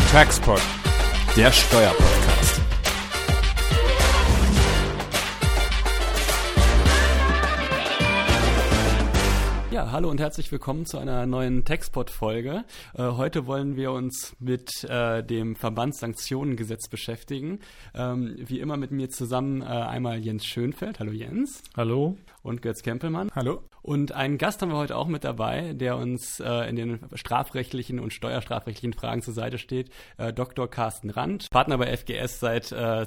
Taxpod, der Steuerpodcast. Ja, hallo und herzlich willkommen zu einer neuen Taxpod-Folge. Heute wollen wir uns mit dem Verbandssanktionengesetz beschäftigen. Wie immer mit mir zusammen einmal Jens Schönfeld. Hallo Jens. Hallo. Und Götz Kempelmann. Hallo. Und einen Gast haben wir heute auch mit dabei, der uns in den strafrechtlichen und steuerstrafrechtlichen Fragen zur Seite steht. Dr. Carsten Randt, Partner bei FGS seit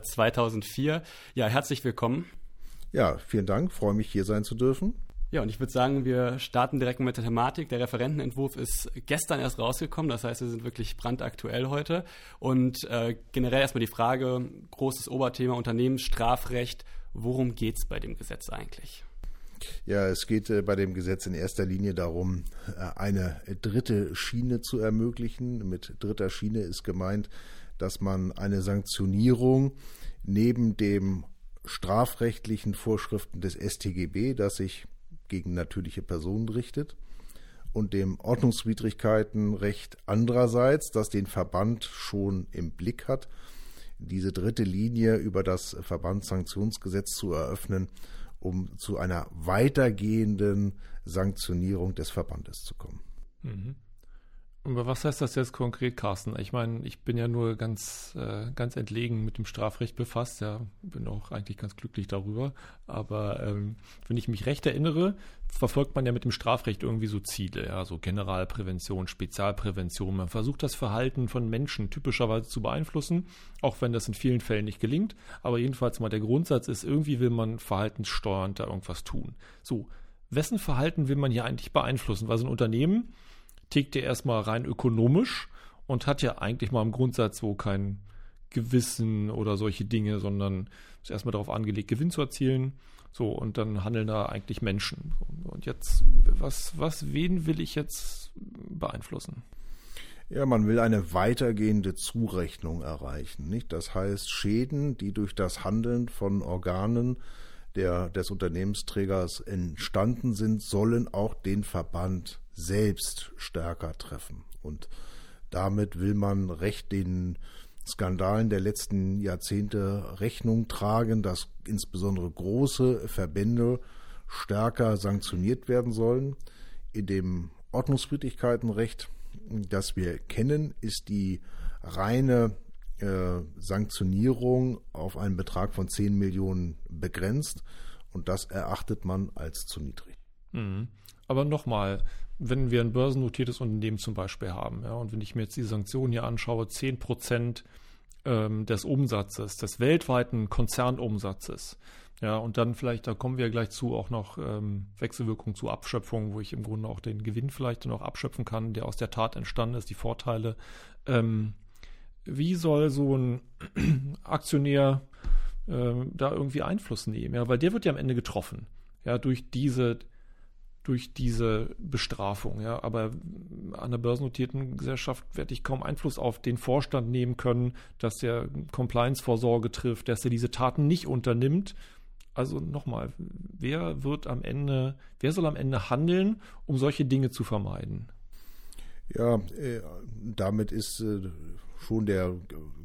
2004. Ja, herzlich willkommen. Ja, vielen Dank. Freue mich, hier sein zu dürfen. Ja, und ich würde sagen, wir starten direkt mit der Thematik. Der Referentenentwurf ist gestern erst rausgekommen, das heißt, wir sind wirklich brandaktuell heute. Und generell erstmal die Frage, großes Oberthema Unternehmensstrafrecht, worum geht es bei dem Gesetz eigentlich? Ja, es geht bei dem Gesetz in erster Linie darum, eine dritte Schiene zu ermöglichen. Mit dritter Schiene ist gemeint, dass man eine Sanktionierung neben dem strafrechtlichen Vorschriften des StGB, das sich gegen natürliche Personen richtet, und dem Ordnungswidrigkeitenrecht andererseits, das den Verband schon im Blick hat, diese dritte Linie über das Verbandssanktionsgesetz zu eröffnen, um zu einer weitergehenden Sanktionierung des Verbandes zu kommen. Mhm. Aber was heißt das jetzt konkret, Carsten? Ich meine, ich bin ja nur ganz entlegen mit dem Strafrecht befasst, ja, bin auch eigentlich ganz glücklich darüber. Aber wenn ich mich recht erinnere, verfolgt man ja mit dem Strafrecht irgendwie so Ziele, ja, so Generalprävention, Spezialprävention. Man versucht das Verhalten von Menschen typischerweise zu beeinflussen, auch wenn das in vielen Fällen nicht gelingt. Aber jedenfalls mal der Grundsatz ist, irgendwie will man verhaltenssteuernd da irgendwas tun. So, wessen Verhalten will man hier eigentlich beeinflussen? Weil so ein Unternehmen tickt ja erstmal rein ökonomisch und hat ja eigentlich mal im Grundsatz so kein Gewissen oder solche Dinge, sondern ist erstmal darauf angelegt, Gewinn zu erzielen. So, und dann handeln da eigentlich Menschen. Und jetzt, wen will ich jetzt beeinflussen? Ja, man will eine weitergehende Zurechnung erreichen, nicht? Das heißt, Schäden, die durch das Handeln von Organen des Unternehmensträgers entstanden sind, sollen auch den Verband selbst stärker treffen. Und damit will man recht den Skandalen der letzten Jahrzehnte Rechnung tragen, dass insbesondere große Verbände stärker sanktioniert werden sollen. In dem Ordnungswidrigkeitenrecht, das wir kennen, ist die reine Sanktionierung auf einen Betrag von 10 Millionen begrenzt, und das erachtet man als zu niedrig. Mhm. Aber nochmal, wenn wir ein börsennotiertes Unternehmen zum Beispiel haben, ja, und wenn ich mir jetzt die Sanktionen hier anschaue, 10% des Umsatzes, des weltweiten Konzernumsatzes, ja, und dann vielleicht, da kommen wir gleich zu, auch noch Wechselwirkung zu Abschöpfung, wo ich im Grunde auch den Gewinn vielleicht noch abschöpfen kann, der aus der Tat entstanden ist, die Vorteile. Wie soll so ein Aktionär da irgendwie Einfluss nehmen? Ja, weil der wird ja am Ende getroffen, ja, durch diese Bestrafung, ja, aber an einer börsennotierten Gesellschaft werde ich kaum Einfluss auf den Vorstand nehmen können, dass der Compliance-Vorsorge trifft, dass er diese Taten nicht unternimmt. Also nochmal, wer soll am Ende handeln, um solche Dinge zu vermeiden? Ja, damit ist schon der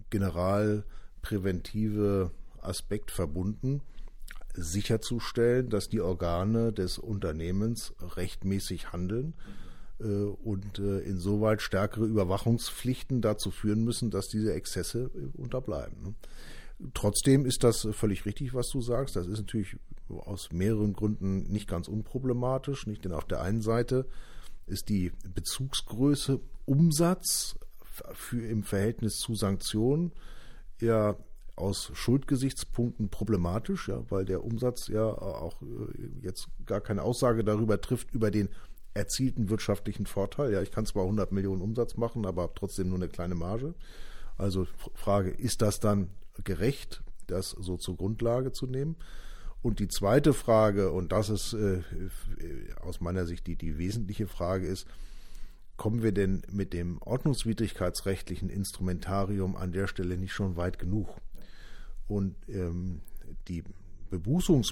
generalpräventive Aspekt verbunden, sicherzustellen, dass die Organe des Unternehmens rechtmäßig handeln und insoweit stärkere Überwachungspflichten dazu führen müssen, dass diese Exzesse unterbleiben. Trotzdem ist das völlig richtig, was du sagst. Das ist natürlich aus mehreren Gründen nicht ganz unproblematisch, nicht? Denn auf der einen Seite ist die Bezugsgröße Umsatz im Verhältnis zu Sanktionen ja aus Schuldgesichtspunkten problematisch, ja, weil der Umsatz ja auch jetzt gar keine Aussage darüber trifft, über den erzielten wirtschaftlichen Vorteil. Ja, ich kann zwar 100 Millionen Umsatz machen, aber habe trotzdem nur eine kleine Marge. Also Frage, ist das dann gerecht, das so zur Grundlage zu nehmen? Und die zweite Frage, und das ist aus meiner Sicht die wesentliche Frage ist, kommen wir denn mit dem ordnungswidrigkeitsrechtlichen Instrumentarium an der Stelle nicht schon weit genug? Und die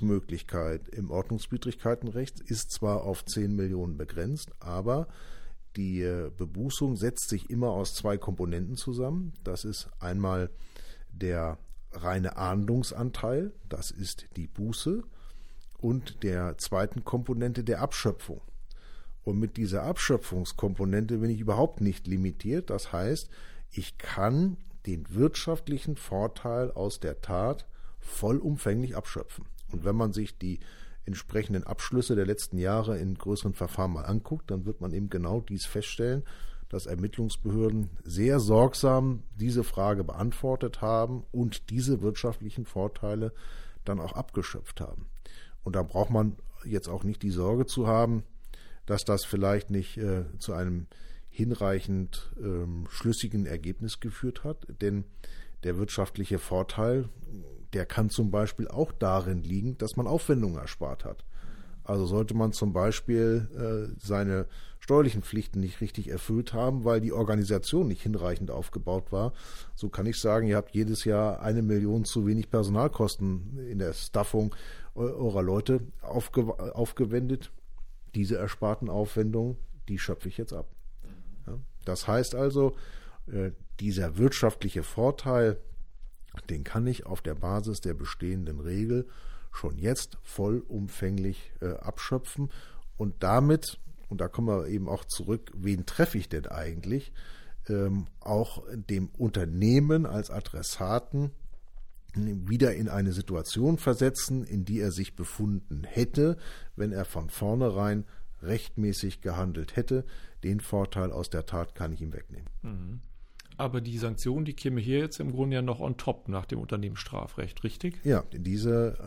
Bebußungsmöglichkeit im Ordnungswidrigkeitenrecht ist zwar auf 10 Millionen begrenzt, aber die Bebußung setzt sich immer aus 2 Komponenten zusammen. Das ist einmal der reine Ahndungsanteil, das ist die Buße, und der zweiten Komponente der Abschöpfung. Und mit dieser Abschöpfungskomponente bin ich überhaupt nicht limitiert. Das heißt, ich kann den wirtschaftlichen Vorteil aus der Tat vollumfänglich abschöpfen. Und wenn man sich die entsprechenden Abschlüsse der letzten Jahre in größeren Verfahren mal anguckt, dann wird man eben genau dies feststellen, dass Ermittlungsbehörden sehr sorgsam diese Frage beantwortet haben und diese wirtschaftlichen Vorteile dann auch abgeschöpft haben. Und da braucht man jetzt auch nicht die Sorge zu haben, dass das vielleicht nicht zu einem hinreichend schlüssigen Ergebnis geführt hat. Denn der wirtschaftliche Vorteil, der kann zum Beispiel auch darin liegen, dass man Aufwendungen erspart hat. Also sollte man zum Beispiel seine steuerlichen Pflichten nicht richtig erfüllt haben, weil die Organisation nicht hinreichend aufgebaut war, so kann ich sagen, ihr habt jedes Jahr 1 Million zu wenig Personalkosten in der Staffung eurer Leute aufgewendet. Diese ersparten Aufwendungen, die schöpfe ich jetzt ab. Ja, das heißt also, dieser wirtschaftliche Vorteil, den kann ich auf der Basis der bestehenden Regel schon jetzt vollumfänglich abschöpfen und damit, und da kommen wir eben auch zurück, wen treffe ich denn eigentlich, auch dem Unternehmen als Adressaten wieder in eine Situation versetzen, in die er sich befunden hätte, wenn er von vornherein rechtmäßig gehandelt hätte. Den Vorteil aus der Tat kann ich ihm wegnehmen. Mhm. Aber die Sanktion, die käme hier jetzt im Grunde ja noch on top nach dem Unternehmensstrafrecht, richtig? Ja, diese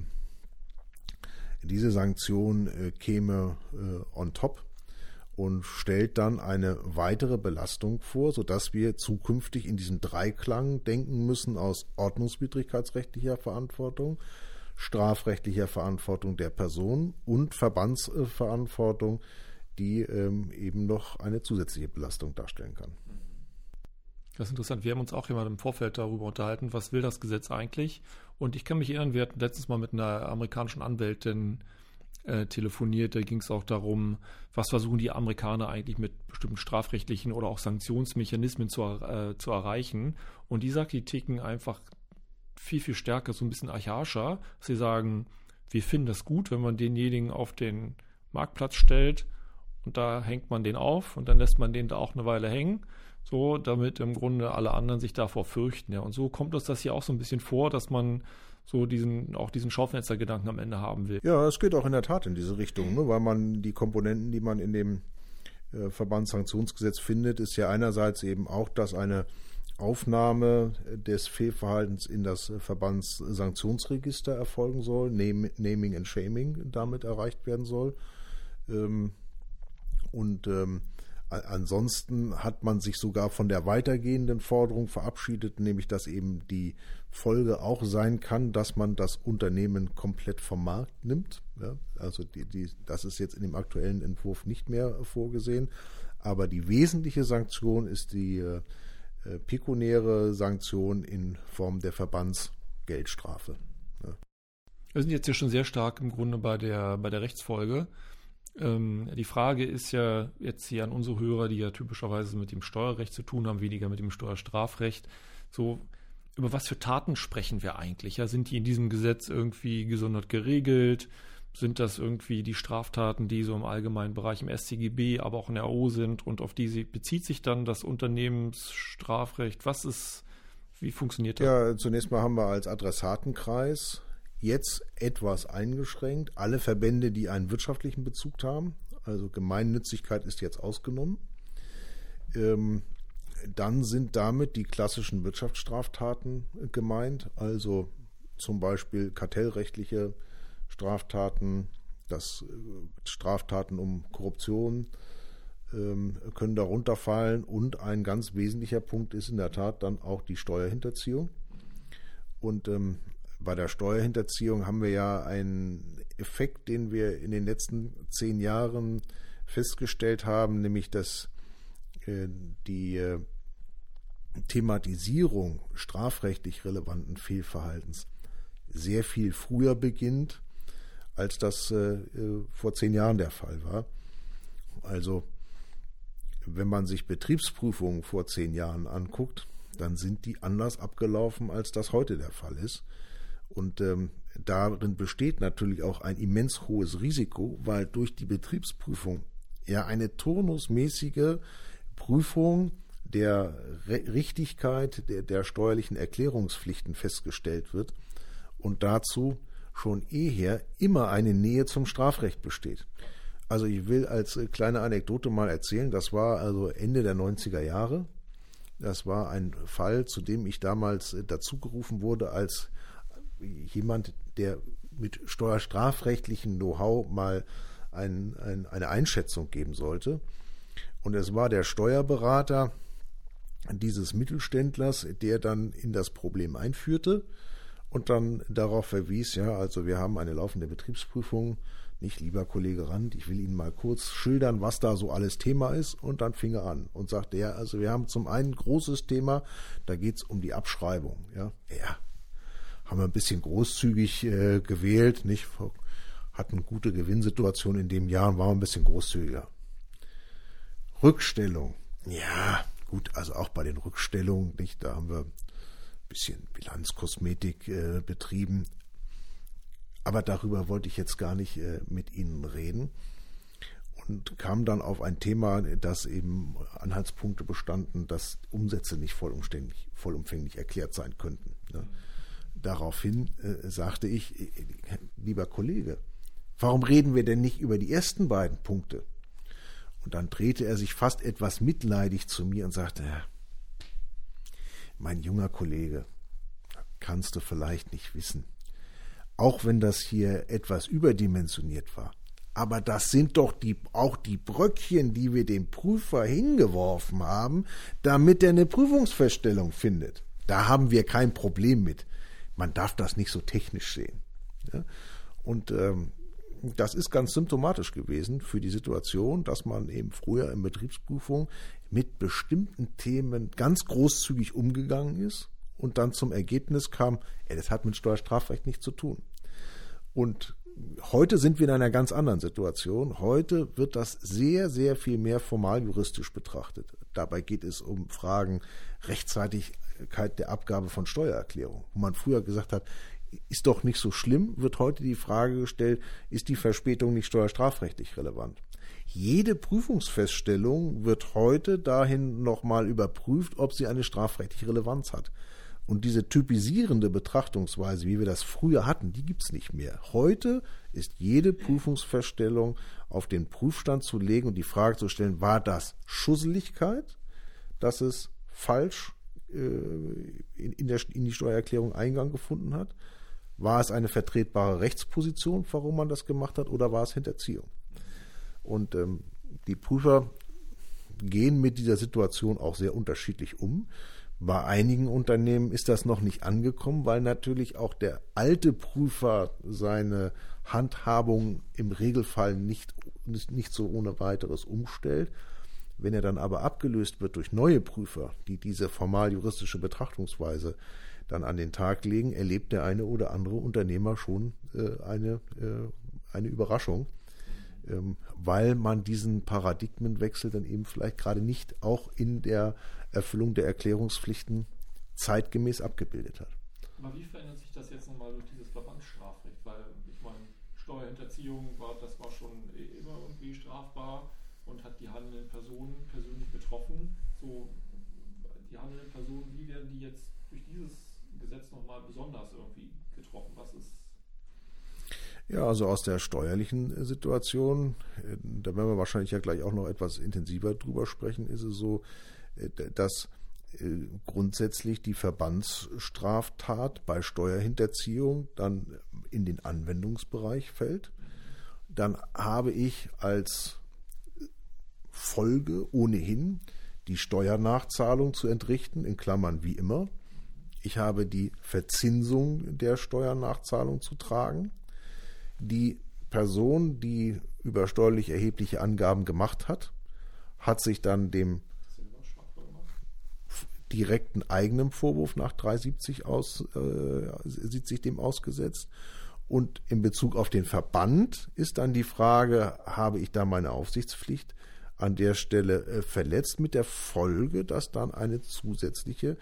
Sanktion käme on top und stellt dann eine weitere Belastung vor, sodass wir zukünftig in diesem Dreiklang denken müssen aus ordnungswidrigkeitsrechtlicher Verantwortung, strafrechtlicher Verantwortung der Person und Verbandsverantwortung, die eben noch eine zusätzliche Belastung darstellen kann. Das ist interessant. Wir haben uns auch jemand im Vorfeld darüber unterhalten, was will das Gesetz eigentlich? Und ich kann mich erinnern, wir hatten letztens mal mit einer amerikanischen Anwältin telefoniert. Da ging es auch darum, was versuchen die Amerikaner eigentlich mit bestimmten strafrechtlichen oder auch Sanktionsmechanismen zu erreichen. Und die sagt, die ticken einfach viel, viel stärker, so ein bisschen archaischer. Sie sagen, wir finden das gut, wenn man denjenigen auf den Marktplatz stellt und da hängt man den auf und dann lässt man den da auch eine Weile hängen. So, damit im Grunde alle anderen sich davor fürchten. Ja. Und so kommt uns das hier auch so ein bisschen vor, dass man so diesen Schaufenstergedanken am Ende haben will. Ja, es geht auch in der Tat in diese Richtung, ne? Weil man die Komponenten, die man in dem Verbandssanktionsgesetz findet, ist ja einerseits eben auch, dass eine Aufnahme des Fehlverhaltens in das Verbandssanktionsregister erfolgen soll, Naming and Shaming damit erreicht werden soll. Ansonsten hat man sich sogar von der weitergehenden Forderung verabschiedet, nämlich dass eben die Folge auch sein kann, dass man das Unternehmen komplett vom Markt nimmt. Ja, also das ist jetzt in dem aktuellen Entwurf nicht mehr vorgesehen. Aber die wesentliche Sanktion ist die pekuniäre Sanktion in Form der Verbandsgeldstrafe. Ja. Wir sind jetzt hier schon sehr stark im Grunde bei der Rechtsfolge. Die Frage ist ja jetzt hier an unsere Hörer, die ja typischerweise mit dem Steuerrecht zu tun haben, weniger mit dem Steuerstrafrecht. So, über was für Taten sprechen wir eigentlich? Ja, sind die in diesem Gesetz irgendwie gesondert geregelt? Sind das irgendwie die Straftaten, die so im allgemeinen Bereich im StGB, aber auch in der AO sind und auf die bezieht sich dann das Unternehmensstrafrecht? Wie funktioniert das? Ja, zunächst mal haben wir als Adressatenkreis jetzt etwas eingeschränkt alle Verbände, die einen wirtschaftlichen Bezug haben, also Gemeinnützigkeit ist jetzt ausgenommen. Dann sind damit die klassischen Wirtschaftsstraftaten gemeint, also zum Beispiel kartellrechtliche Straftaten, Straftaten um Korruption können darunter fallen und ein ganz wesentlicher Punkt ist in der Tat dann auch die Steuerhinterziehung. Und bei der Steuerhinterziehung haben wir ja einen Effekt, den wir in den letzten 10 Jahren festgestellt haben, nämlich dass die Thematisierung strafrechtlich relevanten Fehlverhaltens sehr viel früher beginnt, als das vor 10 Jahren der Fall war. Also wenn man sich Betriebsprüfungen vor 10 Jahren anguckt, dann sind die anders abgelaufen, als das heute der Fall ist. Und darin besteht natürlich auch ein immens hohes Risiko, weil durch die Betriebsprüfung ja eine turnusmäßige Prüfung der Richtigkeit der steuerlichen Erklärungspflichten festgestellt wird und dazu schon eher immer eine Nähe zum Strafrecht besteht. Also ich will als kleine Anekdote mal erzählen, das war also Ende der 90er Jahre. Das war ein Fall, zu dem ich damals dazugerufen wurde als jemand, der mit steuerstrafrechtlichem Know-how mal eine Einschätzung geben sollte. Und es war der Steuerberater dieses Mittelständlers, der dann in das Problem einführte und dann darauf verwies, ja, also wir haben eine laufende Betriebsprüfung, nicht, lieber Kollege Rand, ich will Ihnen mal kurz schildern, was da so alles Thema ist. Und dann fing er an und sagte, ja, also wir haben zum einen ein großes Thema, da geht es um die Abschreibung. Ja, haben wir ein bisschen großzügig gewählt, nicht? Hatten gute Gewinnsituation in dem Jahr und waren ein bisschen großzügiger. Rückstellung, ja, gut, also auch bei den Rückstellungen, nicht, da haben wir ein bisschen Bilanzkosmetik betrieben. Aber darüber wollte ich jetzt gar nicht mit Ihnen reden und kam dann auf ein Thema, das eben Anhaltspunkte bestanden, dass Umsätze nicht vollumfänglich erklärt sein könnten. Ne? Daraufhin sagte ich, lieber Kollege, warum reden wir denn nicht über die ersten beiden Punkte? Und dann drehte er sich fast etwas mitleidig zu mir und sagte, mein junger Kollege, kannst du vielleicht nicht wissen, auch wenn das hier etwas überdimensioniert war. Aber das sind doch auch die Bröckchen, die wir dem Prüfer hingeworfen haben, damit er eine Prüfungsfeststellung findet. Da haben wir kein Problem mit. Man darf das nicht so technisch sehen. Ja? Und das ist ganz symptomatisch gewesen für die Situation, dass man eben früher in Betriebsprüfung mit bestimmten Themen ganz großzügig umgegangen ist und dann zum Ergebnis kam, das hat mit Steuerstrafrecht nichts zu tun. Und heute sind wir in einer ganz anderen Situation. Heute wird das sehr, sehr viel mehr formaljuristisch betrachtet. Dabei geht es um Fragen Rechtzeitigkeit der Abgabe von Steuererklärung. Wo man früher gesagt hat, ist doch nicht so schlimm, wird heute die Frage gestellt, ist die Verspätung nicht steuerstrafrechtlich relevant? Jede Prüfungsfeststellung wird heute dahin nochmal überprüft, ob sie eine strafrechtliche Relevanz hat. Und diese typisierende Betrachtungsweise, wie wir das früher hatten, die gibt es nicht mehr. Heute ist jede Prüfungsfeststellung auf den Prüfstand zu legen und die Frage zu stellen, war das Schusseligkeit, dass es falsch in die Steuererklärung Eingang gefunden hat? War es eine vertretbare Rechtsposition, warum man das gemacht hat, oder war es Hinterziehung? Und die Prüfer gehen mit dieser Situation auch sehr unterschiedlich um. Bei einigen Unternehmen ist das noch nicht angekommen, weil natürlich auch der alte Prüfer seine Handhabung im Regelfall nicht so ohne weiteres umstellt. Wenn er dann aber abgelöst wird durch neue Prüfer, die diese formal-juristische Betrachtungsweise dann an den Tag legen, erlebt der eine oder andere Unternehmer schon eine Überraschung, weil man diesen Paradigmenwechsel dann eben vielleicht gerade nicht auch in der Erfüllung der Erklärungspflichten zeitgemäß abgebildet hat. Aber wie verändert sich das jetzt nochmal durch dieses Verbandsstrafrecht? Weil ich meine, Steuerhinterziehung das war schon immer irgendwie strafbar und hat die handelnden Personen persönlich betroffen. So, die handelnden Personen, wie werden die jetzt durch dieses Gesetz nochmal besonders irgendwie getroffen? Was ist? Ja, also aus der steuerlichen Situation, da werden wir wahrscheinlich ja gleich auch noch etwas intensiver drüber sprechen, ist es so, dass grundsätzlich die Verbandsstraftat bei Steuerhinterziehung dann in den Anwendungsbereich fällt. Dann habe ich als Folge ohnehin die Steuernachzahlung zu entrichten, in Klammern wie immer. Ich habe die Verzinsung der Steuernachzahlung zu tragen. Die Person, die über steuerlich erhebliche Angaben gemacht hat, hat sich dann dem direkten eigenen Vorwurf nach 370 sieht sich dem ausgesetzt. Und in Bezug auf den Verband ist dann die Frage, habe ich da meine Aufsichtspflicht an der Stelle verletzt, mit der Folge, dass dann eine zusätzliche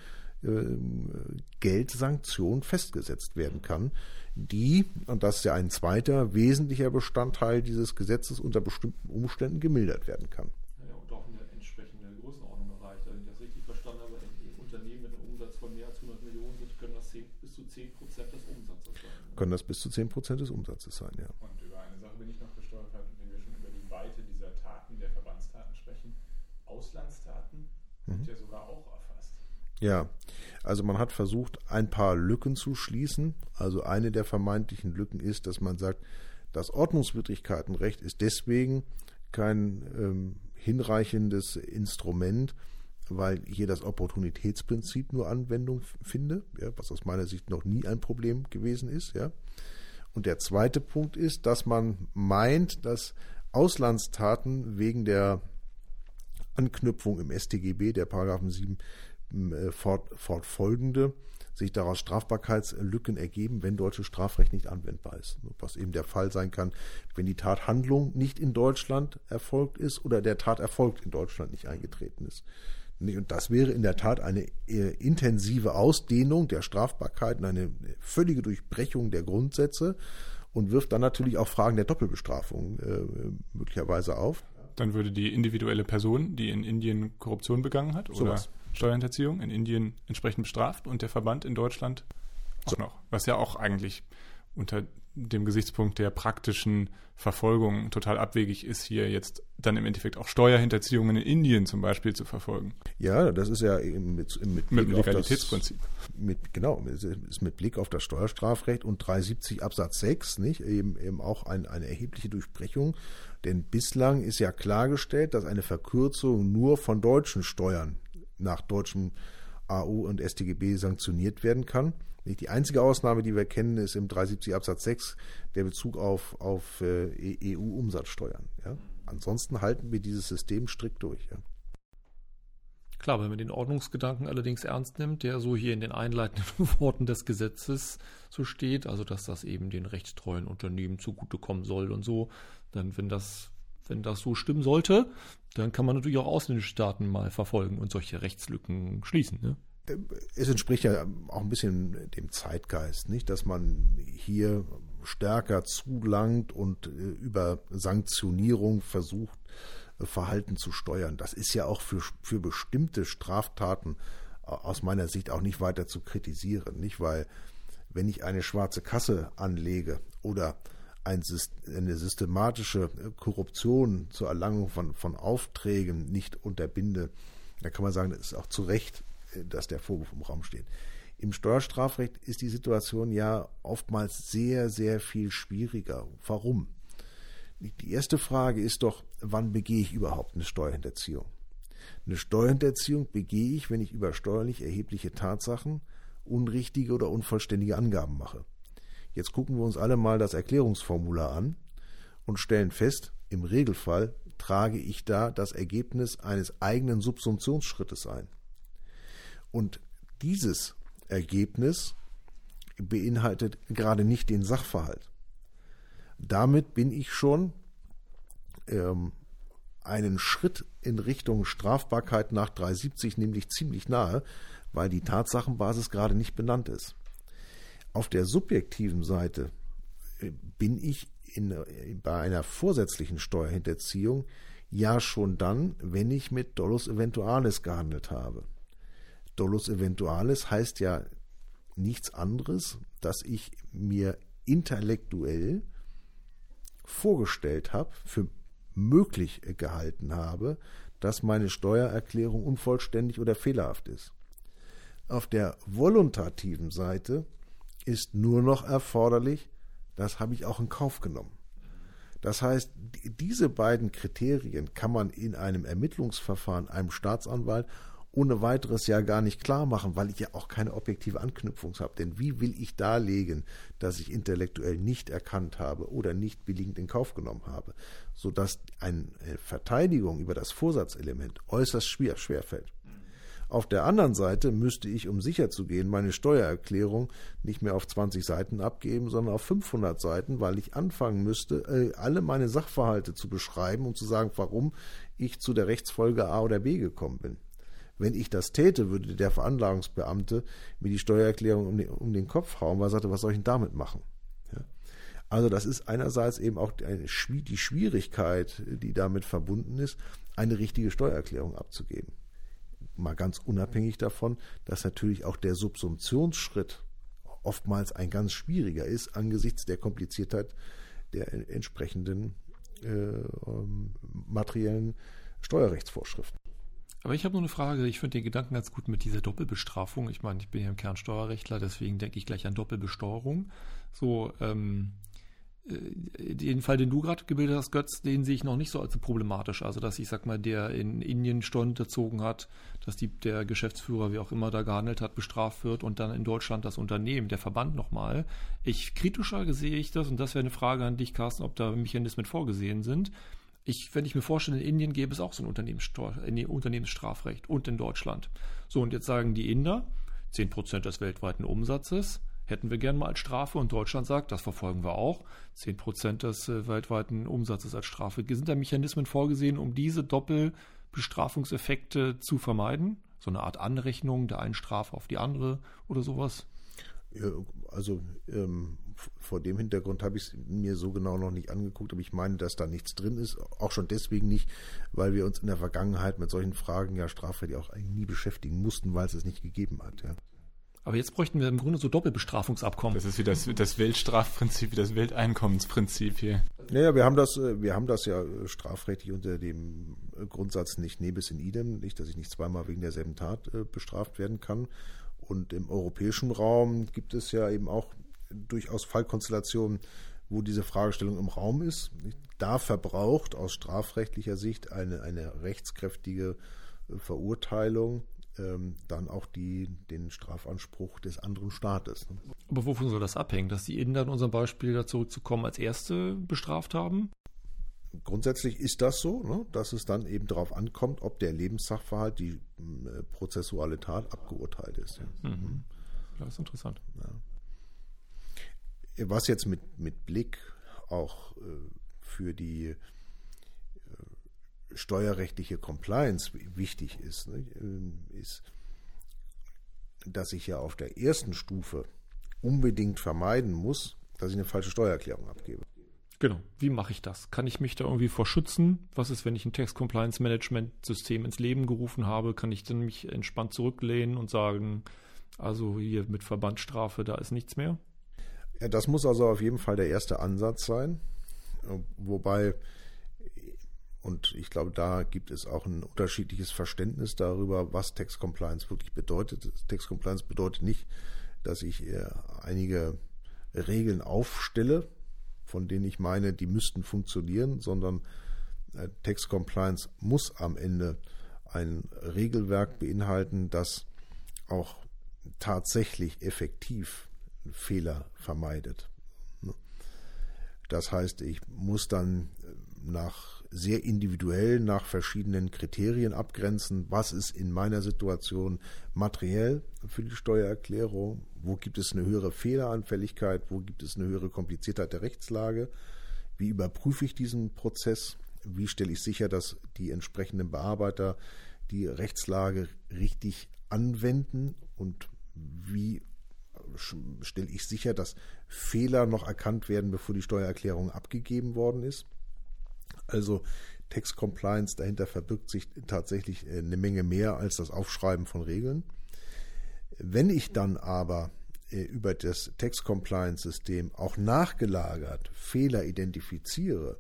Geldsanktion festgesetzt werden kann, die, und das ist ja ein zweiter wesentlicher Bestandteil dieses Gesetzes, unter bestimmten Umständen gemildert werden kann. Ja, und auch eine entsprechende Größenordnung erreicht. Wenn ich das richtig verstanden habe, Unternehmen mit einem Umsatz von mehr als 100 Millionen können das bis zu 10% des Umsatzes sein. Können das bis zu 10% des Umsatzes sein, ja. Und über eine Sache bin ich noch gestolpert, wenn wir schon über die Weite dieser Taten, der Verbandstaten sprechen. Auslandstaten sind ja sogar auch erfasst. Ja, also man hat versucht, ein paar Lücken zu schließen. Also eine der vermeintlichen Lücken ist, dass man sagt, das Ordnungswidrigkeitenrecht ist deswegen kein hinreichendes Instrument, weil hier das Opportunitätsprinzip nur Anwendung finde, ja, was aus meiner Sicht noch nie ein Problem gewesen ist. Ja. Und der zweite Punkt ist, dass man meint, dass Auslandstaten wegen der Anknüpfung im StGB, der Paragraphen 7 fortfolgende, sich daraus Strafbarkeitslücken ergeben, wenn deutsches Strafrecht nicht anwendbar ist. Was eben der Fall sein kann, wenn die Tathandlung nicht in Deutschland erfolgt ist oder der Taterfolg in Deutschland nicht eingetreten ist. Und das wäre in der Tat eine intensive Ausdehnung der Strafbarkeit und eine völlige Durchbrechung der Grundsätze und wirft dann natürlich auch Fragen der Doppelbestrafung möglicherweise auf. Dann würde die individuelle Person, die in Indien Korruption begangen hat oder Steuerhinterziehung, in Indien entsprechend bestraft und der Verband in Deutschland auch noch. Was ja auch eigentlich unter dem Gesichtspunkt der praktischen Verfolgung total abwegig ist, hier jetzt dann im Endeffekt auch Steuerhinterziehungen in Indien zum Beispiel zu verfolgen. Ja, das ist ja mit dem Legalitätsprinzip. Ist mit Blick auf das Steuerstrafrecht und 370 Absatz 6 nicht eben auch eine erhebliche Durchbrechung. Denn bislang ist ja klargestellt, dass eine Verkürzung nur von deutschen Steuern nach deutschem AU und StGB sanktioniert werden kann. Die einzige Ausnahme, die wir kennen, ist im 370 Absatz 6 der Bezug auf EU-Umsatzsteuern. Ja? Ansonsten halten wir dieses System strikt durch. Ja? Klar, wenn man den Ordnungsgedanken allerdings ernst nimmt, der so hier in den einleitenden Worten des Gesetzes so steht, also dass das eben den rechtstreuen Unternehmen zugutekommen soll und so, dann wenn das so stimmen sollte, dann kann man natürlich auch ausländische Staaten mal verfolgen und solche Rechtslücken schließen. Ne? Es entspricht ja auch ein bisschen dem Zeitgeist, nicht, dass man hier stärker zulangt und über Sanktionierung versucht, Verhalten zu steuern. Das ist ja auch für bestimmte Straftaten aus meiner Sicht auch nicht weiter zu kritisieren, nicht, weil wenn ich eine schwarze Kasse anlege oder eine systematische Korruption zur Erlangung von Aufträgen nicht unterbinde, dann kann man sagen, das ist auch zu Recht, dass der Vorwurf im Raum steht. Im Steuerstrafrecht ist die Situation ja oftmals sehr, sehr viel schwieriger. Warum? Die erste Frage ist doch, wann begehe ich überhaupt eine Steuerhinterziehung? Eine Steuerhinterziehung begehe ich, wenn ich über steuerlich erhebliche Tatsachen unrichtige oder unvollständige Angaben mache. Jetzt gucken wir uns alle mal das Erklärungsformular an und stellen fest, im Regelfall trage ich da das Ergebnis eines eigenen Subsumptionsschrittes ein. Und dieses Ergebnis beinhaltet gerade nicht den Sachverhalt. Damit bin ich schon einen Schritt in Richtung Strafbarkeit nach 370 nämlich ziemlich nahe, weil die Tatsachenbasis gerade nicht benannt ist. Auf der subjektiven Seite bin ich bei einer vorsätzlichen Steuerhinterziehung ja schon dann, wenn ich mit Dolus Eventualis gehandelt habe. Dolus Eventualis heißt ja nichts anderes, dass ich mir intellektuell vorgestellt habe, für möglich gehalten habe, dass meine Steuererklärung unvollständig oder fehlerhaft ist. Auf der voluntativen Seite ist nur noch erforderlich, das habe ich auch in Kauf genommen. Das heißt, diese beiden Kriterien kann man in einem Ermittlungsverfahren einem Staatsanwalt ohne weiteres ja gar nicht klar machen, weil ich ja auch keine objektive Anknüpfung habe. Denn wie will ich darlegen, dass ich intellektuell nicht erkannt habe oder nicht billigend in Kauf genommen habe, sodass eine Verteidigung über das Vorsatzelement äußerst schwer fällt. Auf der anderen Seite müsste ich, um sicher zu gehen, meine Steuererklärung nicht mehr auf 20 Seiten abgeben, sondern auf 500 Seiten, weil ich anfangen müsste, alle meine Sachverhalte zu beschreiben und zu sagen, warum ich zu der Rechtsfolge A oder B gekommen bin. Wenn ich das täte, würde der Veranlagungsbeamte mir die Steuererklärung um den Kopf hauen, weil er sagte, was soll ich denn damit machen? Ja. Also das ist einerseits eben auch die Schwierigkeit, die damit verbunden ist, eine richtige Steuererklärung abzugeben. Mal ganz unabhängig davon, dass natürlich auch der Subsumptionsschritt oftmals ein ganz schwieriger ist angesichts der Kompliziertheit der entsprechenden materiellen Steuerrechtsvorschriften. Aber ich habe noch eine Frage. Ich finde den Gedanken ganz gut mit dieser Doppelbestrafung. Ich meine, ich bin ja im Kern Steuerrechtler, deswegen denke ich gleich an Doppelbesteuerung. So, den Fall, den du gerade gebildet hast, Götz, den sehe ich noch nicht so als problematisch. Also, dass ich sag mal, der in Indien Steuern unterzogen hat, dass der Geschäftsführer, wie auch immer da gehandelt hat, bestraft wird und dann in Deutschland das Unternehmen, der Verband nochmal. Kritischer sehe ich das, und das wäre eine Frage an dich, Carsten, ob da Mechanismen vorgesehen sind. Wenn ich mir vorstelle, in Indien gäbe es auch so ein Unternehmensstrafrecht und in Deutschland. So, und jetzt sagen die Inder, 10% des weltweiten Umsatzes hätten wir gern mal als Strafe, und Deutschland sagt, das verfolgen wir auch, 10% des weltweiten Umsatzes als Strafe. Sind da Mechanismen vorgesehen, um diese Doppelbestrafungseffekte zu vermeiden? So eine Art Anrechnung der einen Strafe auf die andere oder sowas? Ja, also vor dem Hintergrund habe ich es mir so genau noch nicht angeguckt, aber ich meine, dass da nichts drin ist. Auch schon deswegen nicht, weil wir uns in der Vergangenheit mit solchen Fragen ja strafrechtlich auch eigentlich nie beschäftigen mussten, weil es es nicht gegeben hat. Ja. Aber jetzt bräuchten wir im Grunde so Doppelbestrafungsabkommen. Das ist wie das Weltstrafprinzip, wie das Welteinkommensprinzip hier. Naja, wir haben das ja strafrechtlich unter dem Grundsatz nicht nebis in idem, nicht, dass ich nicht zweimal wegen derselben Tat bestraft werden kann. Und im europäischen Raum gibt es ja eben auch durchaus Fallkonstellationen, wo diese Fragestellung im Raum ist. Da verbraucht aus strafrechtlicher Sicht eine rechtskräftige Verurteilung dann auch den Strafanspruch des anderen Staates. Aber wovon soll das abhängen? Dass die Inder in unserem Beispiel da zurückzukommen als Erste bestraft haben? Grundsätzlich ist das so, ne, dass es dann eben darauf ankommt, ob der Lebenssachverhalt, die prozessuale Tat abgeurteilt ist. Ja. Mhm. Ja, das ist interessant. Ja. Was jetzt mit Blick auch für die steuerrechtliche Compliance wichtig ist, ne, ist, dass ich ja auf der ersten Stufe unbedingt vermeiden muss, dass ich eine falsche Steuererklärung abgebe. Genau. Wie mache ich das? Kann ich mich da irgendwie vor schützen? Was ist, wenn ich ein Tax-Compliance-Management-System ins Leben gerufen habe? Kann ich dann mich entspannt zurücklehnen und sagen, also hier mit Verbandsstrafe, da ist nichts mehr? Ja, das muss also auf jeden Fall der erste Ansatz sein. Wobei, und ich glaube, da gibt es auch ein unterschiedliches Verständnis darüber, was Tax Compliance wirklich bedeutet. Tax Compliance bedeutet nicht, dass ich einige Regeln aufstelle, von denen ich meine, die müssten funktionieren, sondern Tax Compliance muss am Ende ein Regelwerk beinhalten, das auch tatsächlich effektiv Fehler vermeidet. Das heißt, ich muss dann sehr individuell nach verschiedenen Kriterien abgrenzen, was ist in meiner Situation materiell für die Steuererklärung, wo gibt es eine höhere Fehleranfälligkeit, wo gibt es eine höhere Kompliziertheit der Rechtslage, wie überprüfe ich diesen Prozess, wie stelle ich sicher, dass die entsprechenden Bearbeiter die Rechtslage richtig anwenden und wie stelle ich sicher, dass Fehler noch erkannt werden, bevor die Steuererklärung abgegeben worden ist. Also Tax Compliance, dahinter verbirgt sich tatsächlich eine Menge mehr als das Aufschreiben von Regeln. Wenn ich dann aber über das Tax Compliance System auch nachgelagert Fehler identifiziere,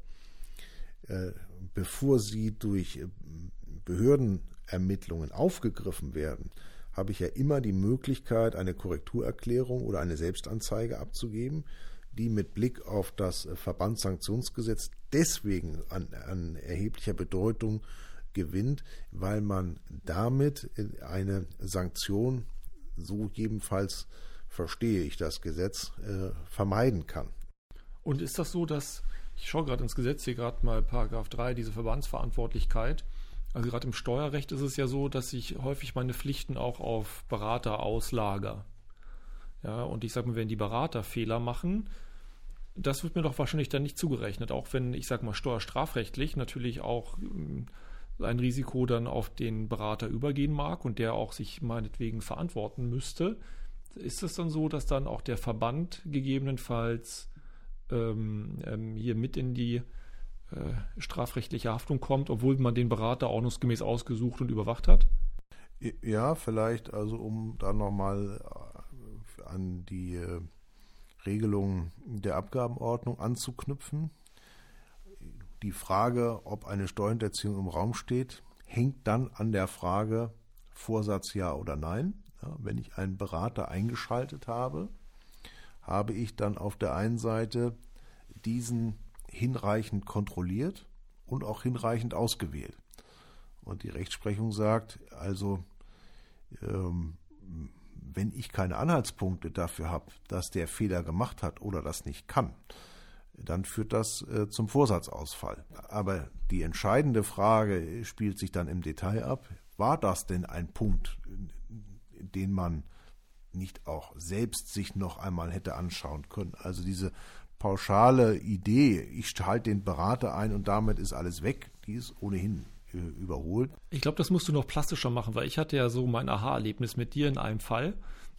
bevor sie durch Behördenermittlungen aufgegriffen werden, habe ich ja immer die Möglichkeit, eine Korrekturerklärung oder eine Selbstanzeige abzugeben, die mit Blick auf das Verbandssanktionsgesetz deswegen an erheblicher Bedeutung gewinnt, weil man damit eine Sanktion, so jedenfalls verstehe ich das Gesetz, vermeiden kann. Und ist das so, dass, ich schaue gerade ins Gesetz hier gerade mal Paragraph 3, diese Verbandsverantwortlichkeit, Also gerade im Steuerrecht ist es ja so, dass ich häufig meine Pflichten auch auf Berater auslager. Ja, und ich sage mal, wenn die Berater Fehler machen, das wird mir doch wahrscheinlich dann nicht zugerechnet, auch wenn, ich sage mal, steuerstrafrechtlich natürlich auch ein Risiko dann auf den Berater übergehen mag und der auch sich meinetwegen verantworten müsste. Ist es dann so, dass dann auch der Verband gegebenenfalls hier mit in die strafrechtliche Haftung kommt, obwohl man den Berater ordnungsgemäß ausgesucht und überwacht hat? Ja, vielleicht, also um da nochmal an die Regelungen der Abgabenordnung anzuknüpfen. Die Frage, ob eine Steuerhinterziehung im Raum steht, hängt dann an der Frage Vorsatz ja oder nein. Ja, wenn ich einen Berater eingeschaltet habe, habe ich dann auf der einen Seite diesen hinreichend kontrolliert und auch hinreichend ausgewählt. Und die Rechtsprechung sagt, also wenn ich keine Anhaltspunkte dafür habe, dass der Fehler gemacht hat oder das nicht kann, dann führt das zum Vorsatzausfall. Aber die entscheidende Frage spielt sich dann im Detail ab. War das denn ein Punkt, den man nicht auch selbst sich noch einmal hätte anschauen können? Also diese pauschale Idee, ich schalte den Berater ein und damit ist alles weg, die ist ohnehin überholt. Ich glaube, das musst du noch plastischer machen, weil ich hatte ja so mein Aha-Erlebnis mit dir in einem Fall,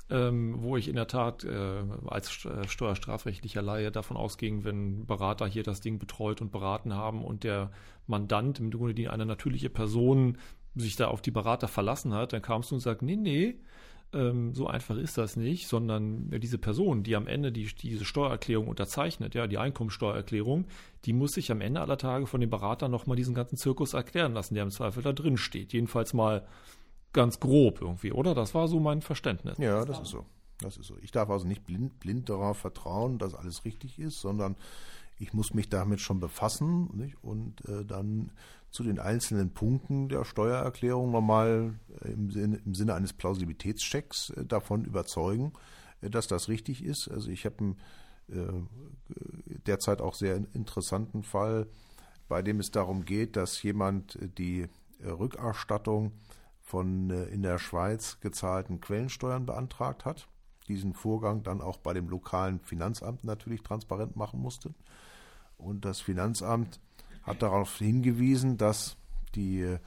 wo ich in der Tat als steuerstrafrechtlicher Laie davon ausging, wenn Berater hier das Ding betreut und beraten haben und der Mandant, im Grunde eine natürliche Person, sich da auf die Berater verlassen hat, dann kamst du und sagst, nee, so einfach ist das nicht, sondern diese Person, die am Ende diese Steuererklärung unterzeichnet, ja, die Einkommensteuererklärung, die muss sich am Ende aller Tage von dem Berater nochmal diesen ganzen Zirkus erklären lassen, der im Zweifel da drin steht. Jedenfalls mal ganz grob irgendwie, oder? Das war so mein Verständnis. Ja, das ist so. Das ist so. Ich darf also nicht blind darauf vertrauen, dass alles richtig ist, sondern ich muss mich damit schon befassen, nicht? Und dann zu den einzelnen Punkten der Steuererklärung nochmal im Sinne eines Plausibilitätschecks davon überzeugen, dass das richtig ist. Also ich habe einen derzeit auch sehr interessanten Fall, bei dem es darum geht, dass jemand die Rückerstattung von in der Schweiz gezahlten Quellensteuern beantragt hat, diesen Vorgang dann auch bei dem lokalen Finanzamt natürlich transparent machen musste. Und das Finanzamt hat darauf hingewiesen, dass die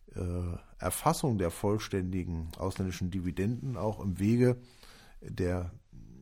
Erfassung der vollständigen ausländischen Dividenden auch im Wege der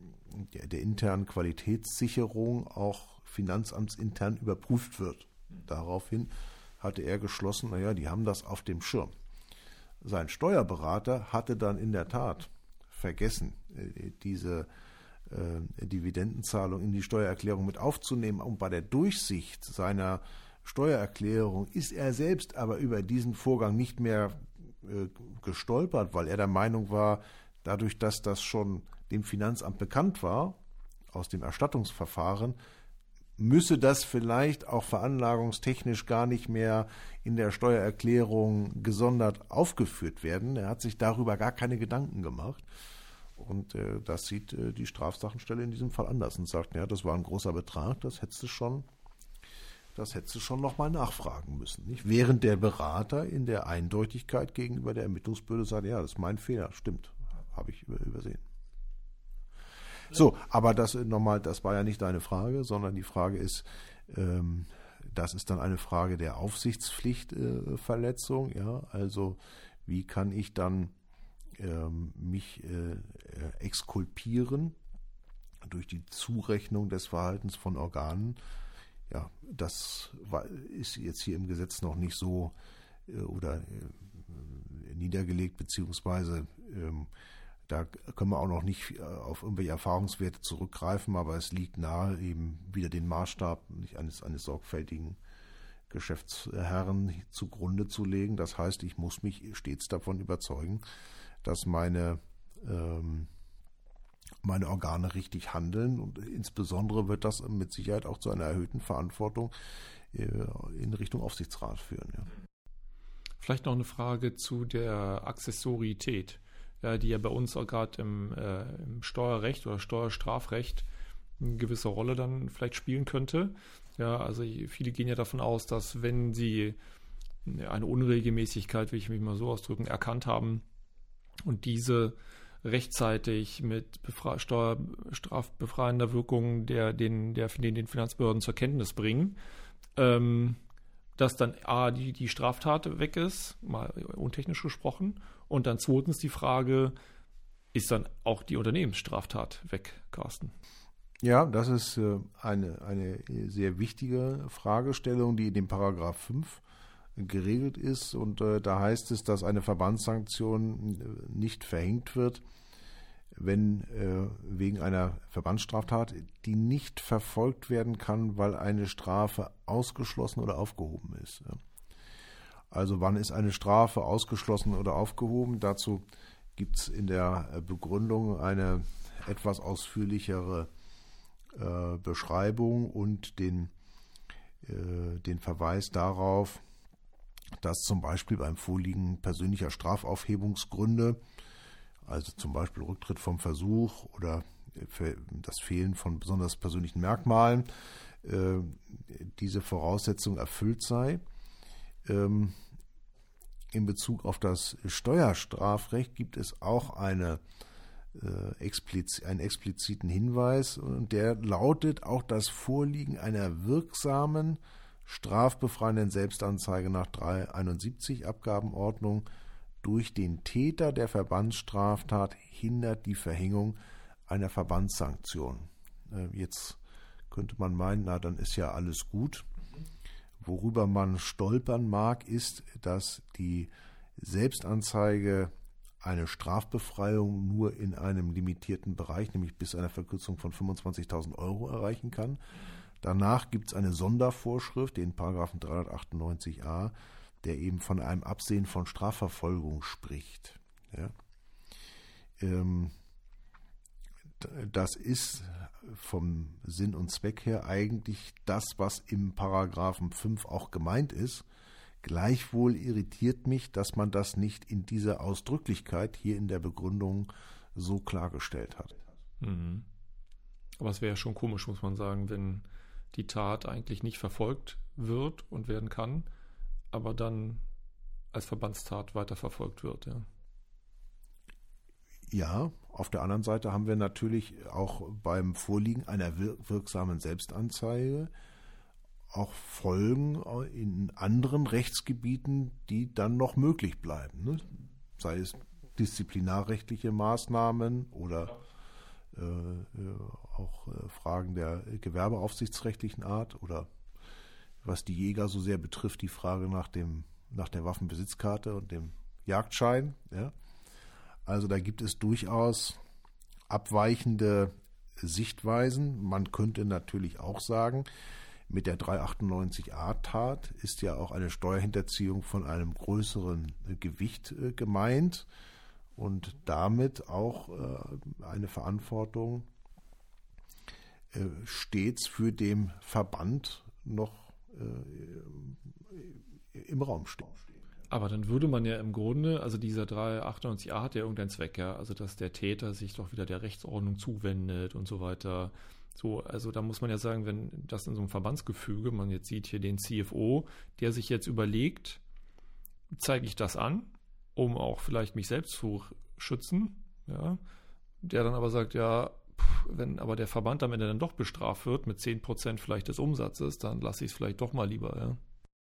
internen Qualitätssicherung auch finanzamtsintern überprüft wird. Daraufhin hatte er geschlossen, die haben das auf dem Schirm. Sein Steuerberater hatte dann in der Tat vergessen, diese Dividendenzahlung in die Steuererklärung mit aufzunehmen. Und bei der Durchsicht seiner Steuererklärung ist er selbst aber über diesen Vorgang nicht mehr gestolpert, weil er der Meinung war, dadurch, dass das schon dem Finanzamt bekannt war, aus dem Erstattungsverfahren, müsse das vielleicht auch veranlagungstechnisch gar nicht mehr in der Steuererklärung gesondert aufgeführt werden. Er hat sich darüber gar keine Gedanken gemacht. Und das sieht die Strafsachenstelle in diesem Fall anders und sagt, das war ein großer Betrag, das hättest du schon nochmal nachfragen müssen. Nicht? Während der Berater in der Eindeutigkeit gegenüber der Ermittlungsbehörde sagt, das ist mein Fehler, stimmt, habe ich übersehen. So, aber das war ja nicht deine Frage, sondern die Frage ist, das ist dann eine Frage der Aufsichtspflichtverletzung. Also wie kann ich dann mich exkulpieren durch die Zurechnung des Verhaltens von Organen? Ja, das ist jetzt hier im Gesetz noch nicht so niedergelegt, beziehungsweise da können wir auch noch nicht auf irgendwelche Erfahrungswerte zurückgreifen, aber es liegt nahe, eben wieder den Maßstab eines sorgfältigen Geschäftsherren zugrunde zu legen. Das heißt, ich muss mich stets davon überzeugen, dass meine Organe richtig handeln, und insbesondere wird das mit Sicherheit auch zu einer erhöhten Verantwortung in Richtung Aufsichtsrat führen. Ja. Vielleicht noch eine Frage zu der Accessorität, die ja bei uns auch gerade im Steuerrecht oder Steuerstrafrecht eine gewisse Rolle dann vielleicht spielen könnte. Ja, also viele gehen ja davon aus, dass wenn sie eine Unregelmäßigkeit, will ich mich mal so ausdrücken, erkannt haben und diese rechtzeitig mit steuerstrafbefreiender Wirkung den Finanzbehörden zur Kenntnis bringen, dass dann die Straftat weg ist, mal untechnisch gesprochen, und dann zweitens die Frage, ist dann auch die Unternehmensstraftat weg, Carsten? Ja, das ist eine sehr wichtige Fragestellung, die in dem Paragraph 5 geregelt ist. Und da heißt es, dass eine Verbandssanktion nicht verhängt wird, wenn wegen einer Verbandsstraftat, die nicht verfolgt werden kann, weil eine Strafe ausgeschlossen oder aufgehoben ist. Also wann ist eine Strafe ausgeschlossen oder aufgehoben? Dazu gibt es in der Begründung eine etwas ausführlichere Beschreibung und den Verweis darauf, dass zum Beispiel beim Vorliegen persönlicher Strafaufhebungsgründe, also zum Beispiel Rücktritt vom Versuch oder das Fehlen von besonders persönlichen Merkmalen, diese Voraussetzung erfüllt sei. In Bezug auf das Steuerstrafrecht gibt es auch einen expliziten Hinweis, und der lautet: Auch das Vorliegen einer wirksamen strafbefreienden Selbstanzeige nach 371 Abgabenordnung durch den Täter der Verbandsstraftat hindert die Verhängung einer Verbandssanktion. Jetzt könnte man meinen, na, dann ist ja alles gut. Worüber man stolpern mag, ist, dass die Selbstanzeige eine Strafbefreiung nur in einem limitierten Bereich, nämlich bis einer Verkürzung von 25.000 Euro erreichen kann. Danach gibt es eine Sondervorschrift, den Paragraphen 398a, der eben von einem Absehen von Strafverfolgung spricht. Ja. Das ist vom Sinn und Zweck her eigentlich das, was im Paragraphen 5 auch gemeint ist. Gleichwohl irritiert mich, dass man das nicht in dieser Ausdrücklichkeit hier in der Begründung so klargestellt hat. Mhm. Aber es wäre ja schon komisch, muss man sagen, wenn die Tat eigentlich nicht verfolgt wird und werden kann, aber dann als Verbandstat weiterverfolgt wird. Ja. Ja, auf der anderen Seite haben wir natürlich auch beim Vorliegen einer wirksamen Selbstanzeige auch Folgen in anderen Rechtsgebieten, die dann noch möglich bleiben. Ne? Sei es disziplinarrechtliche Maßnahmen oder auch Fragen der gewerbeaufsichtsrechtlichen Art oder was die Jäger so sehr betrifft, die Frage nach der Waffenbesitzkarte und dem Jagdschein. Ja? Also da gibt es durchaus abweichende Sichtweisen. Man könnte natürlich auch sagen, mit der 398a-Tat ist ja auch eine Steuerhinterziehung von einem größeren Gewicht gemeint und damit auch eine Verantwortung stets für den Verband noch im Raum steht. Aber dann würde man ja im Grunde, also dieser 398a hat ja irgendeinen Zweck, ja, also dass der Täter sich doch wieder der Rechtsordnung zuwendet und so weiter. So, also da muss man ja sagen, wenn das in so einem Verbandsgefüge, man jetzt sieht hier den CFO, der sich jetzt überlegt, zeige ich das an, um auch vielleicht mich selbst zu schützen, ja, der dann aber sagt, ja, wenn aber der Verband am Ende dann doch bestraft wird mit 10% vielleicht des Umsatzes, dann lasse ich es vielleicht doch mal lieber, ja.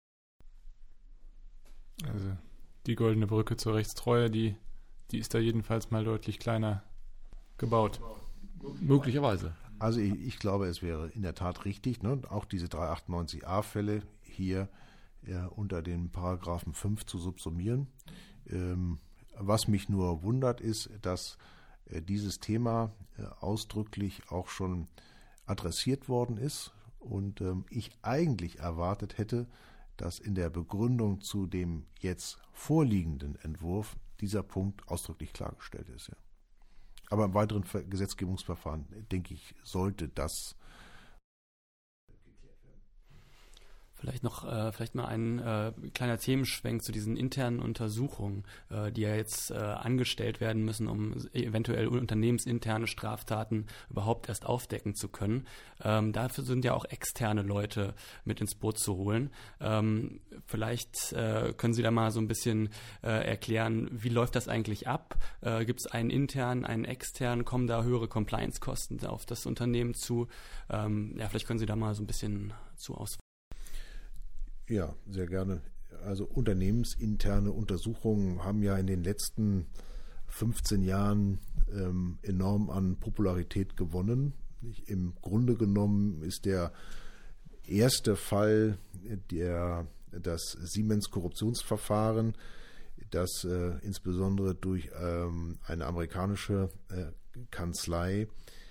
Also die goldene Brücke zur Rechtstreue, die ist da jedenfalls mal deutlich kleiner gebaut. Möglicherweise. Also ich glaube, es wäre in der Tat richtig, ne, auch diese 398a-Fälle hier unter den Paragraphen 5 zu subsumieren. Was mich nur wundert, ist, dass dieses Thema ausdrücklich auch schon adressiert worden ist und ich eigentlich erwartet hätte, dass in der Begründung zu dem jetzt vorliegenden Entwurf dieser Punkt ausdrücklich klargestellt ist. Ja. Aber im weiteren Gesetzgebungsverfahren, denke ich, sollte das. Vielleicht mal ein kleiner Themenschwenk zu diesen internen Untersuchungen, die ja jetzt angestellt werden müssen, um eventuell unternehmensinterne Straftaten überhaupt erst aufdecken zu können. Dafür sind ja auch externe Leute mit ins Boot zu holen. Vielleicht können Sie da mal so ein bisschen erklären, wie läuft das eigentlich ab? Gibt es einen internen, einen externen? Kommen da höhere Compliance-Kosten auf das Unternehmen zu? Vielleicht können Sie da mal so ein bisschen zu ausführen. Ja, sehr gerne. Also unternehmensinterne Untersuchungen haben ja in den letzten 15 Jahren enorm an Popularität gewonnen. Im Grunde genommen ist der erste Fall das Siemens-Korruptionsverfahren, das insbesondere durch eine amerikanische Kanzlei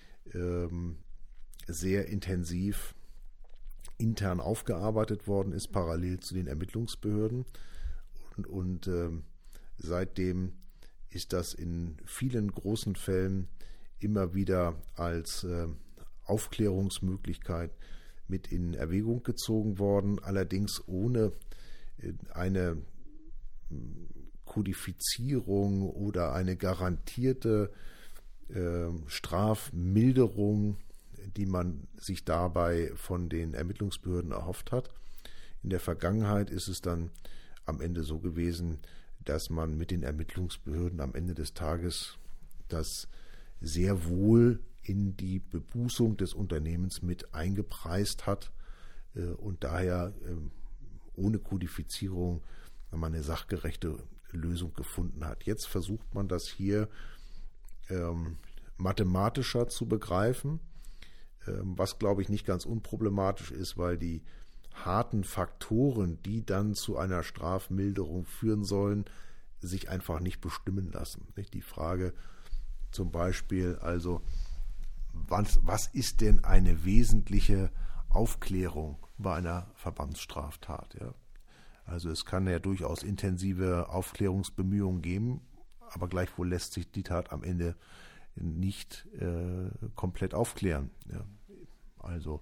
sehr intensiv intern aufgearbeitet worden ist, parallel zu den Ermittlungsbehörden. Und seitdem ist das in vielen großen Fällen immer wieder als Aufklärungsmöglichkeit mit in Erwägung gezogen worden, allerdings ohne eine Kodifizierung oder eine garantierte Strafmilderung, die man sich dabei von den Ermittlungsbehörden erhofft hat. In der Vergangenheit ist es dann am Ende so gewesen, dass man mit den Ermittlungsbehörden am Ende des Tages das sehr wohl in die Bebußung des Unternehmens mit eingepreist hat und daher ohne Kodifizierung man eine sachgerechte Lösung gefunden hat. Jetzt versucht man das hier mathematischer zu begreifen, was, glaube ich, nicht ganz unproblematisch ist, weil die harten Faktoren, die dann zu einer Strafmilderung führen sollen, sich einfach nicht bestimmen lassen. Die Frage zum Beispiel, also was ist denn eine wesentliche Aufklärung bei einer Verbandsstraftat? Ja? Also es kann ja durchaus intensive Aufklärungsbemühungen geben, aber gleichwohl lässt sich die Tat am Ende nicht komplett aufklären. Ja? Also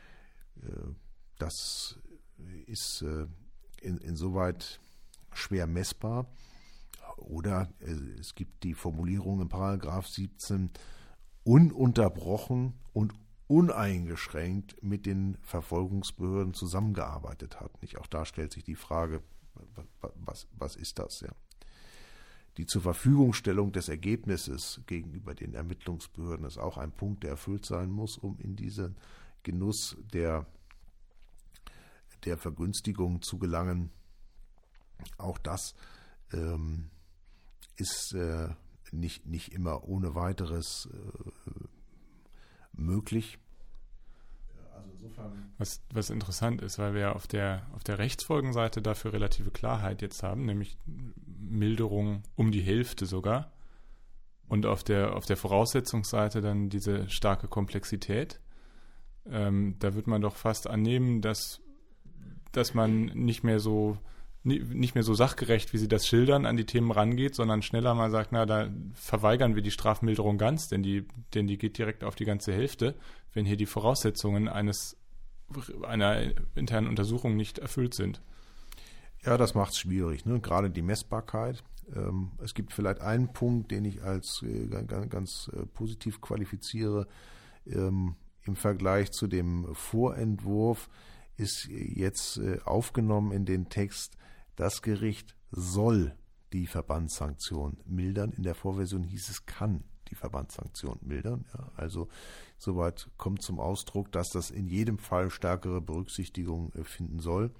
das ist insoweit schwer messbar. Oder es gibt die Formulierung in Paragraph 17, ununterbrochen und uneingeschränkt mit den Verfolgungsbehörden zusammengearbeitet hat. Nicht? Auch da stellt sich die Frage, was ist das? Ja? Die Zurverfügungstellung des Ergebnisses gegenüber den Ermittlungsbehörden ist auch ein Punkt, der erfüllt sein muss, um in diesen Genuss der Vergünstigung zu gelangen. Auch das ist nicht immer ohne weiteres möglich. Also insofern was interessant ist, weil wir ja auf der Rechtsfolgenseite dafür relative Klarheit jetzt haben, nämlich Milderung um die Hälfte sogar, und auf der Voraussetzungsseite dann diese starke Komplexität. Da wird man doch fast annehmen, dass man nicht mehr so sachgerecht, wie Sie das schildern, an die Themen rangeht, sondern schneller mal sagt, na, da verweigern wir die Strafmilderung ganz, denn die geht direkt auf die ganze Hälfte, wenn hier die Voraussetzungen einer internen Untersuchung nicht erfüllt sind. Ja, das macht es schwierig, ne? Gerade die Messbarkeit. Es gibt vielleicht einen Punkt, den ich als ganz positiv qualifiziere. Im Vergleich zu dem Vorentwurf ist jetzt aufgenommen in den Text, das Gericht soll die Verbandssanktion mildern. In der Vorversion hieß es, kann die Verbandssanktion mildern. Ja, also soweit kommt zum Ausdruck, dass das in jedem Fall stärkere Berücksichtigung finden soll.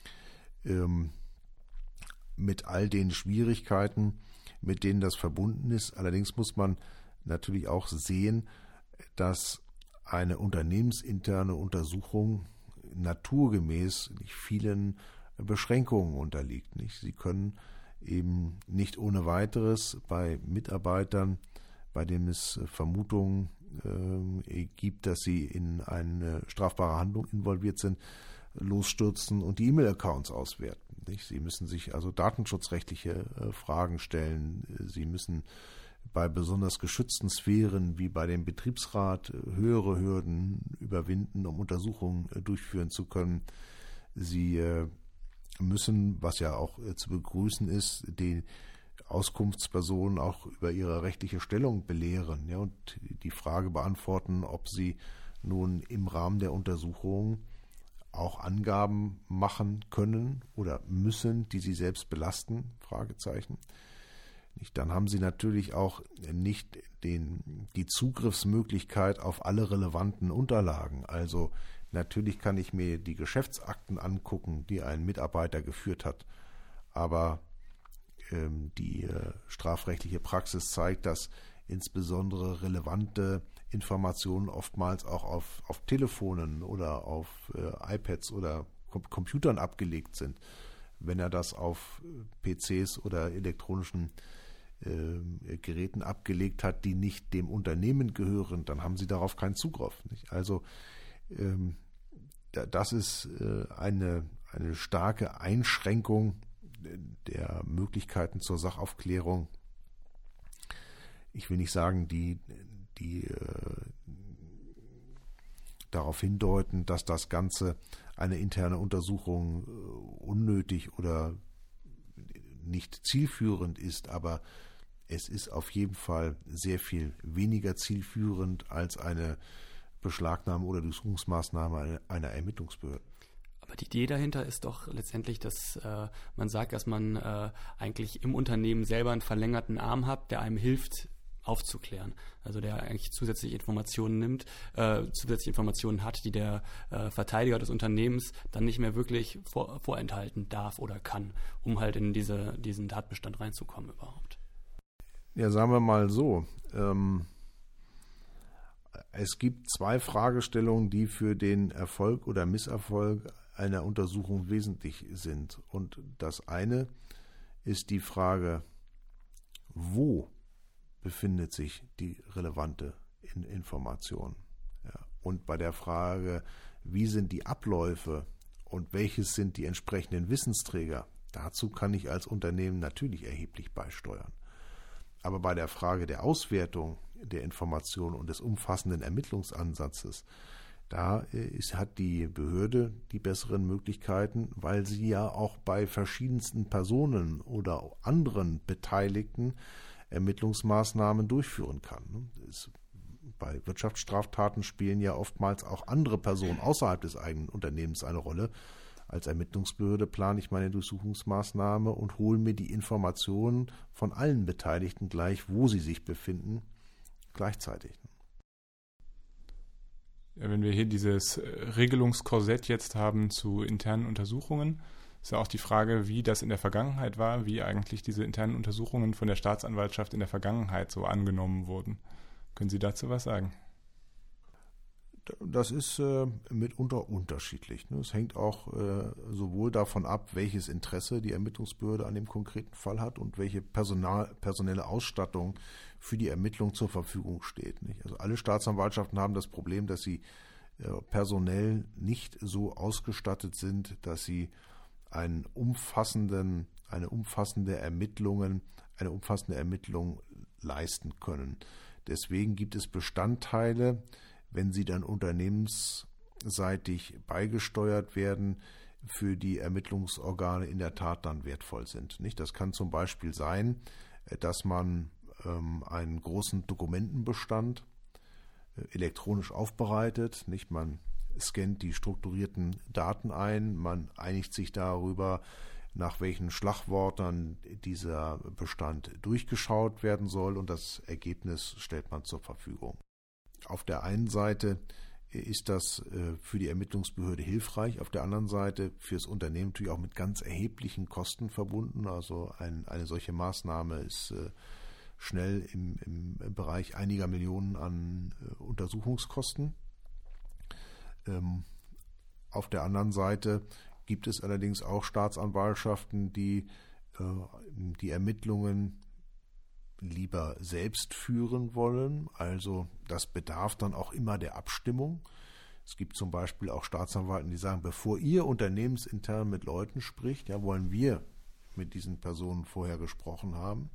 Mit all den Schwierigkeiten, mit denen das verbunden ist. Allerdings muss man natürlich auch sehen, dass eine unternehmensinterne Untersuchung naturgemäß nicht vielen Beschränkungen unterliegt. Nicht? Sie können eben nicht ohne weiteres bei Mitarbeitern, bei denen es Vermutungen gibt, dass sie in eine strafbare Handlung involviert sind, losstürzen und die E-Mail-Accounts auswerten. Nicht? Sie müssen sich also datenschutzrechtliche Fragen stellen. Sie müssen bei besonders geschützten Sphären wie bei dem Betriebsrat höhere Hürden überwinden, um Untersuchungen durchführen zu können. Sie müssen, was ja auch zu begrüßen ist, die Auskunftspersonen auch über ihre rechtliche Stellung belehren, ja, und die Frage beantworten, ob sie nun im Rahmen der Untersuchung auch Angaben machen können oder müssen, die sie selbst belasten, Fragezeichen. Dann haben sie natürlich auch nicht die Zugriffsmöglichkeit auf alle relevanten Unterlagen. Also natürlich kann ich mir die Geschäftsakten angucken, die ein Mitarbeiter geführt hat, aber die strafrechtliche Praxis zeigt, dass insbesondere relevante Informationen oftmals auch auf Telefonen oder auf iPads oder Computern abgelegt sind. Wenn er das auf PCs oder elektronischen Geräten abgelegt hat, die nicht dem Unternehmen gehören, dann haben sie darauf keinen Zugriff. Nicht? Also das ist eine starke Einschränkung der Möglichkeiten zur Sachaufklärung. Ich will nicht sagen, die darauf hindeuten, dass das Ganze eine interne Untersuchung unnötig oder nicht zielführend ist, aber es ist auf jeden Fall sehr viel weniger zielführend als eine Beschlagnahme oder Durchsuchungsmaßnahme einer Ermittlungsbehörde. Aber die Idee dahinter ist doch letztendlich, dass man sagt, dass man eigentlich im Unternehmen selber einen verlängerten Arm hat, der einem hilft, aufzuklären. Also der eigentlich zusätzliche Informationen nimmt, zusätzliche Informationen hat, die der Verteidiger des Unternehmens dann nicht mehr wirklich vorenthalten darf oder kann, um halt in diesen Tatbestand reinzukommen überhaupt. Ja, sagen wir mal so. Es gibt zwei Fragestellungen, die für den Erfolg oder Misserfolg einer Untersuchung wesentlich sind. Und das eine ist die Frage, wo befindet sich die relevante Information? Ja, und bei der Frage, wie sind die Abläufe und welches sind die entsprechenden Wissensträger, dazu kann ich als Unternehmen natürlich erheblich beisteuern. Aber bei der Frage der Auswertung der Information und des umfassenden Ermittlungsansatzes, da hat die Behörde die besseren Möglichkeiten, weil sie ja auch bei verschiedensten Personen oder anderen Beteiligten Ermittlungsmaßnahmen durchführen kann. Bei Wirtschaftsstraftaten spielen ja oftmals auch andere Personen außerhalb des eigenen Unternehmens eine Rolle. Als Ermittlungsbehörde plane ich meine Durchsuchungsmaßnahme und hole mir die Informationen von allen Beteiligten gleich, wo sie sich befinden, gleichzeitig. Ja, wenn wir hier dieses Regelungskorsett jetzt haben zu internen Untersuchungen, ist ja auch die Frage, wie das in der Vergangenheit war, wie eigentlich diese internen Untersuchungen von der Staatsanwaltschaft in der Vergangenheit so angenommen wurden. Können Sie dazu was sagen? Das ist mitunter unterschiedlich. Es hängt auch sowohl davon ab, welches Interesse die Ermittlungsbehörde an dem konkreten Fall hat und welche personelle Ausstattung für die Ermittlung zur Verfügung steht. Also alle Staatsanwaltschaften haben das Problem, dass sie personell nicht so ausgestattet sind, dass sie eine umfassende Ermittlung leisten können. Deswegen gibt es Bestandteile, wenn sie dann unternehmensseitig beigesteuert werden, für die Ermittlungsorgane in der Tat dann wertvoll sind. Das kann zum Beispiel sein, dass man einen großen Dokumentenbestand elektronisch aufbereitet. Man scannt die strukturierten Daten ein, man einigt sich darüber, nach welchen Schlagwörtern dieser Bestand durchgeschaut werden soll und das Ergebnis stellt man zur Verfügung. Auf der einen Seite ist das für die Ermittlungsbehörde hilfreich, auf der anderen Seite für das Unternehmen natürlich auch mit ganz erheblichen Kosten verbunden. Also eine solche Maßnahme ist schnell im Bereich einiger Millionen an Untersuchungskosten. Auf der anderen Seite gibt es allerdings auch Staatsanwaltschaften, die die Ermittlungen lieber selbst führen wollen. Also das bedarf dann auch immer der Abstimmung. Es gibt zum Beispiel auch Staatsanwalten, die sagen, bevor ihr unternehmensintern mit Leuten spricht, ja, wollen wir mit diesen Personen vorher gesprochen haben,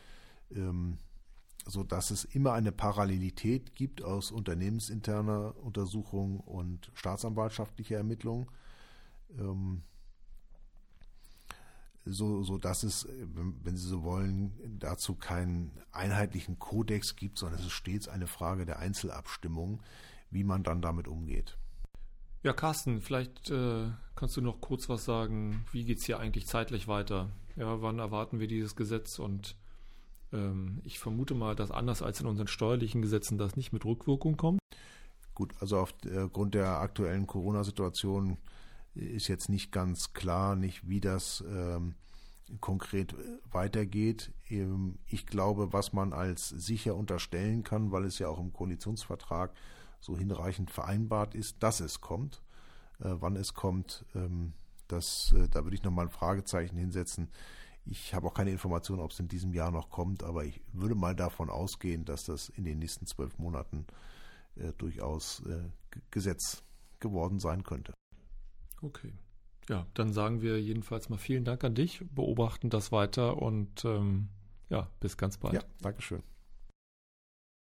sodass es immer eine Parallelität gibt aus unternehmensinterner Untersuchung und staatsanwaltschaftlicher Ermittlung. so dass es, wenn Sie so wollen, dazu keinen einheitlichen Kodex gibt, sondern es ist stets eine Frage der Einzelabstimmung, wie man dann damit umgeht. Ja, Carsten, vielleicht kannst du noch kurz was sagen, wie geht es hier eigentlich zeitlich weiter? Ja, wann erwarten wir dieses Gesetz? Und ich vermute mal, dass anders als in unseren steuerlichen Gesetzen das nicht mit Rückwirkung kommt. Gut, also aufgrund der aktuellen Corona-Situation ist jetzt nicht ganz klar, nicht wie das konkret weitergeht. Ich glaube, was man als sicher unterstellen kann, weil es ja auch im Koalitionsvertrag so hinreichend vereinbart ist, dass es kommt. Wann es kommt, da würde ich nochmal ein Fragezeichen hinsetzen. Ich habe auch keine Information, ob es in diesem Jahr noch kommt, aber ich würde mal davon ausgehen, dass das in den nächsten 12 Monaten durchaus Gesetz geworden sein könnte. Okay. Ja, dann sagen wir jedenfalls mal vielen Dank an dich, beobachten das weiter und bis ganz bald. Ja, Dankeschön.